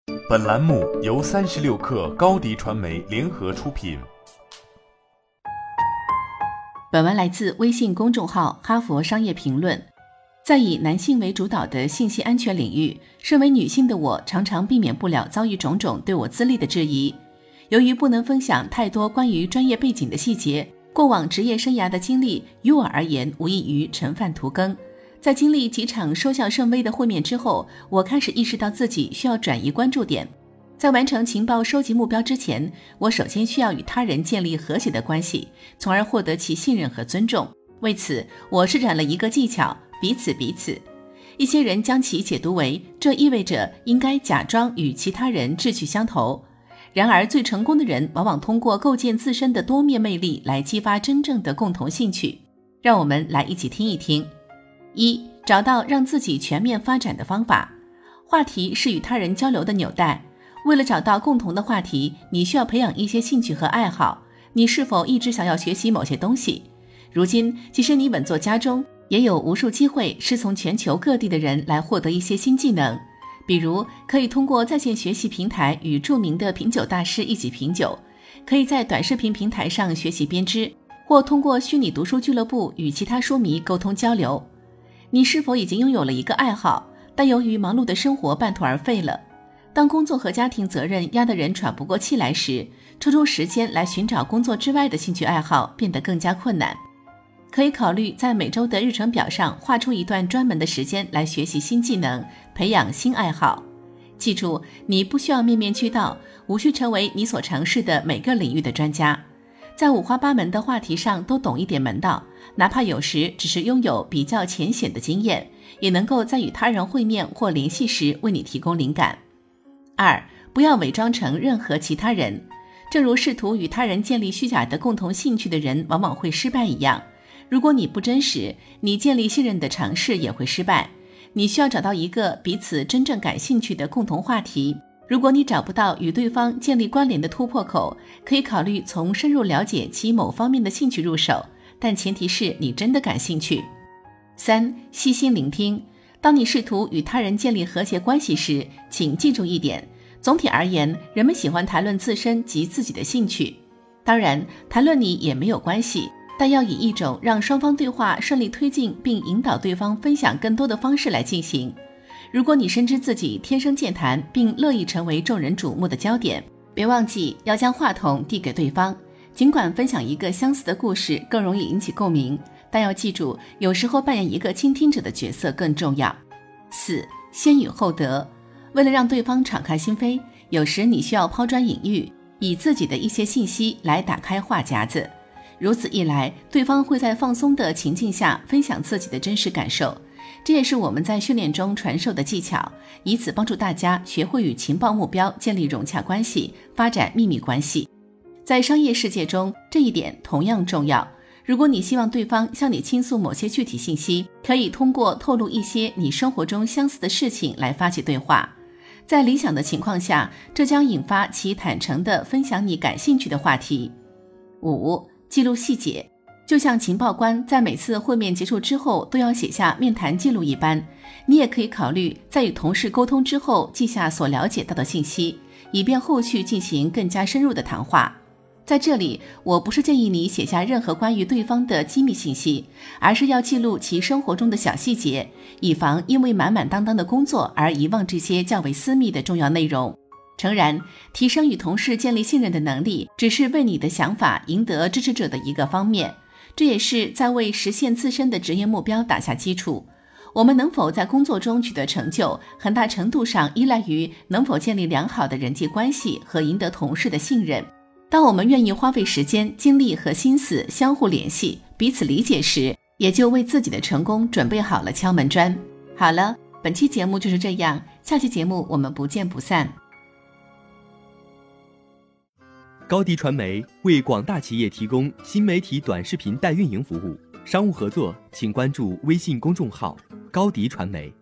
本栏目由36氪高迪传媒联合出品。 本文来自微信公众号哈佛商业评论。在以男性为主导的信息安全领域，身为女性的我常常避免不了遭遇种种对我资历的质疑。由于不能分享太多关于专业背景的细节，过往职业生涯的经历于我而言无异于陈范图耕。在经历几场收效甚微的会面之后，我开始意识到自己需要转移关注点。在完成情报收集目标之前，我首先需要与他人建立和谐的关系，从而获得其信任和尊重。为此，我施展了一个技巧，彼此。一些人将其解读为这意味着应该假装与其他人志趣相投。然而，最成功的人往往通过构建自身的多面魅力来激发真正的共同兴趣。让我们来一起听一听。1. 找到让自己全面发展的方法。话题是与他人交流的纽带。为了找到共同的话题，你需要培养一些兴趣和爱好。你是否一直想要学习某些东西？如今，即使你稳坐家中，也有无数机会是从全球各地的人来获得一些新技能。比如，可以通过在线学习平台与著名的品酒大师一起品酒，可以在短视频平台上学习编织，或通过虚拟读书俱乐部与其他书迷沟通交流。你是否已经拥有了一个爱好，但由于忙碌的生活半途而废了？当工作和家庭责任压得人喘不过气来时，抽出时间来寻找工作之外的兴趣爱好变得更加困难。可以考虑在每周的日程表上画出一段专门的时间来学习新技能，培养新爱好。记住，你不需要面面俱到，无需成为你所尝试的每个领域的专家。在五花八门的话题上都懂一点门道，哪怕有时只是拥有比较浅显的经验，也能够在与他人会面或联系时为你提供灵感。2. 不要伪装成任何其他人。正如试图与他人建立虚假的共同兴趣的人往往会失败一样，如果你不真实，你建立信任的尝试也会失败。你需要找到一个彼此真正感兴趣的共同话题。如果你找不到与对方建立关联的突破口，可以考虑从深入了解其某方面的兴趣入手，但前提是你真的感兴趣。3. 细心聆听。当你试图与他人建立和谐关系时，请记住一点，总体而言，人们喜欢谈论自身及自己的兴趣。当然，谈论你也没有关系，但要以一种让双方对话顺利推进并引导对方分享更多的方式来进行。如果你深知自己天生健谈并乐意成为众人瞩目的焦点，别忘记要将话筒递给对方。尽管分享一个相似的故事更容易引起共鸣，但要记住，有时候扮演一个倾听者的角色更重要。4. 先予后得。为了让对方敞开心扉，有时你需要抛砖引玉，以自己的一些信息来打开话匣子。如此一来，对方会在放松的情境下分享自己的真实感受。这也是我们在训练中传授的技巧，以此帮助大家学会与情报目标建立融洽关系，发展秘密关系。在商业世界中，这一点同样重要。如果你希望对方向你倾诉某些具体信息，可以通过透露一些你生活中相似的事情来发起对话。在理想的情况下，这将引发其坦诚地分享你感兴趣的话题。5. 记录细节。就像情报官在每次会面结束之后都要写下面谈记录一般，你也可以考虑在与同事沟通之后记下所了解到的信息，以便后续进行更加深入的谈话。在这里，我不是建议你写下任何关于对方的机密信息，而是要记录其生活中的小细节，以防因为满满当当的工作而遗忘这些较为私密的重要内容。诚然，提升与同事建立信任的能力，只是为你的想法赢得支持者的一个方面，这也是在为实现自身的职业目标打下基础。我们能否在工作中取得成就，很大程度上依赖于能否建立良好的人际关系和赢得同事的信任。当我们愿意花费时间、精力和心思相互联系、彼此理解时，也就为自己的成功准备好了敲门砖。好了，本期节目就是这样，下期节目我们不见不散。 高迪传媒为广大企业提供新媒体短视频代运营服务，商务合作请关注微信公众号高迪传媒。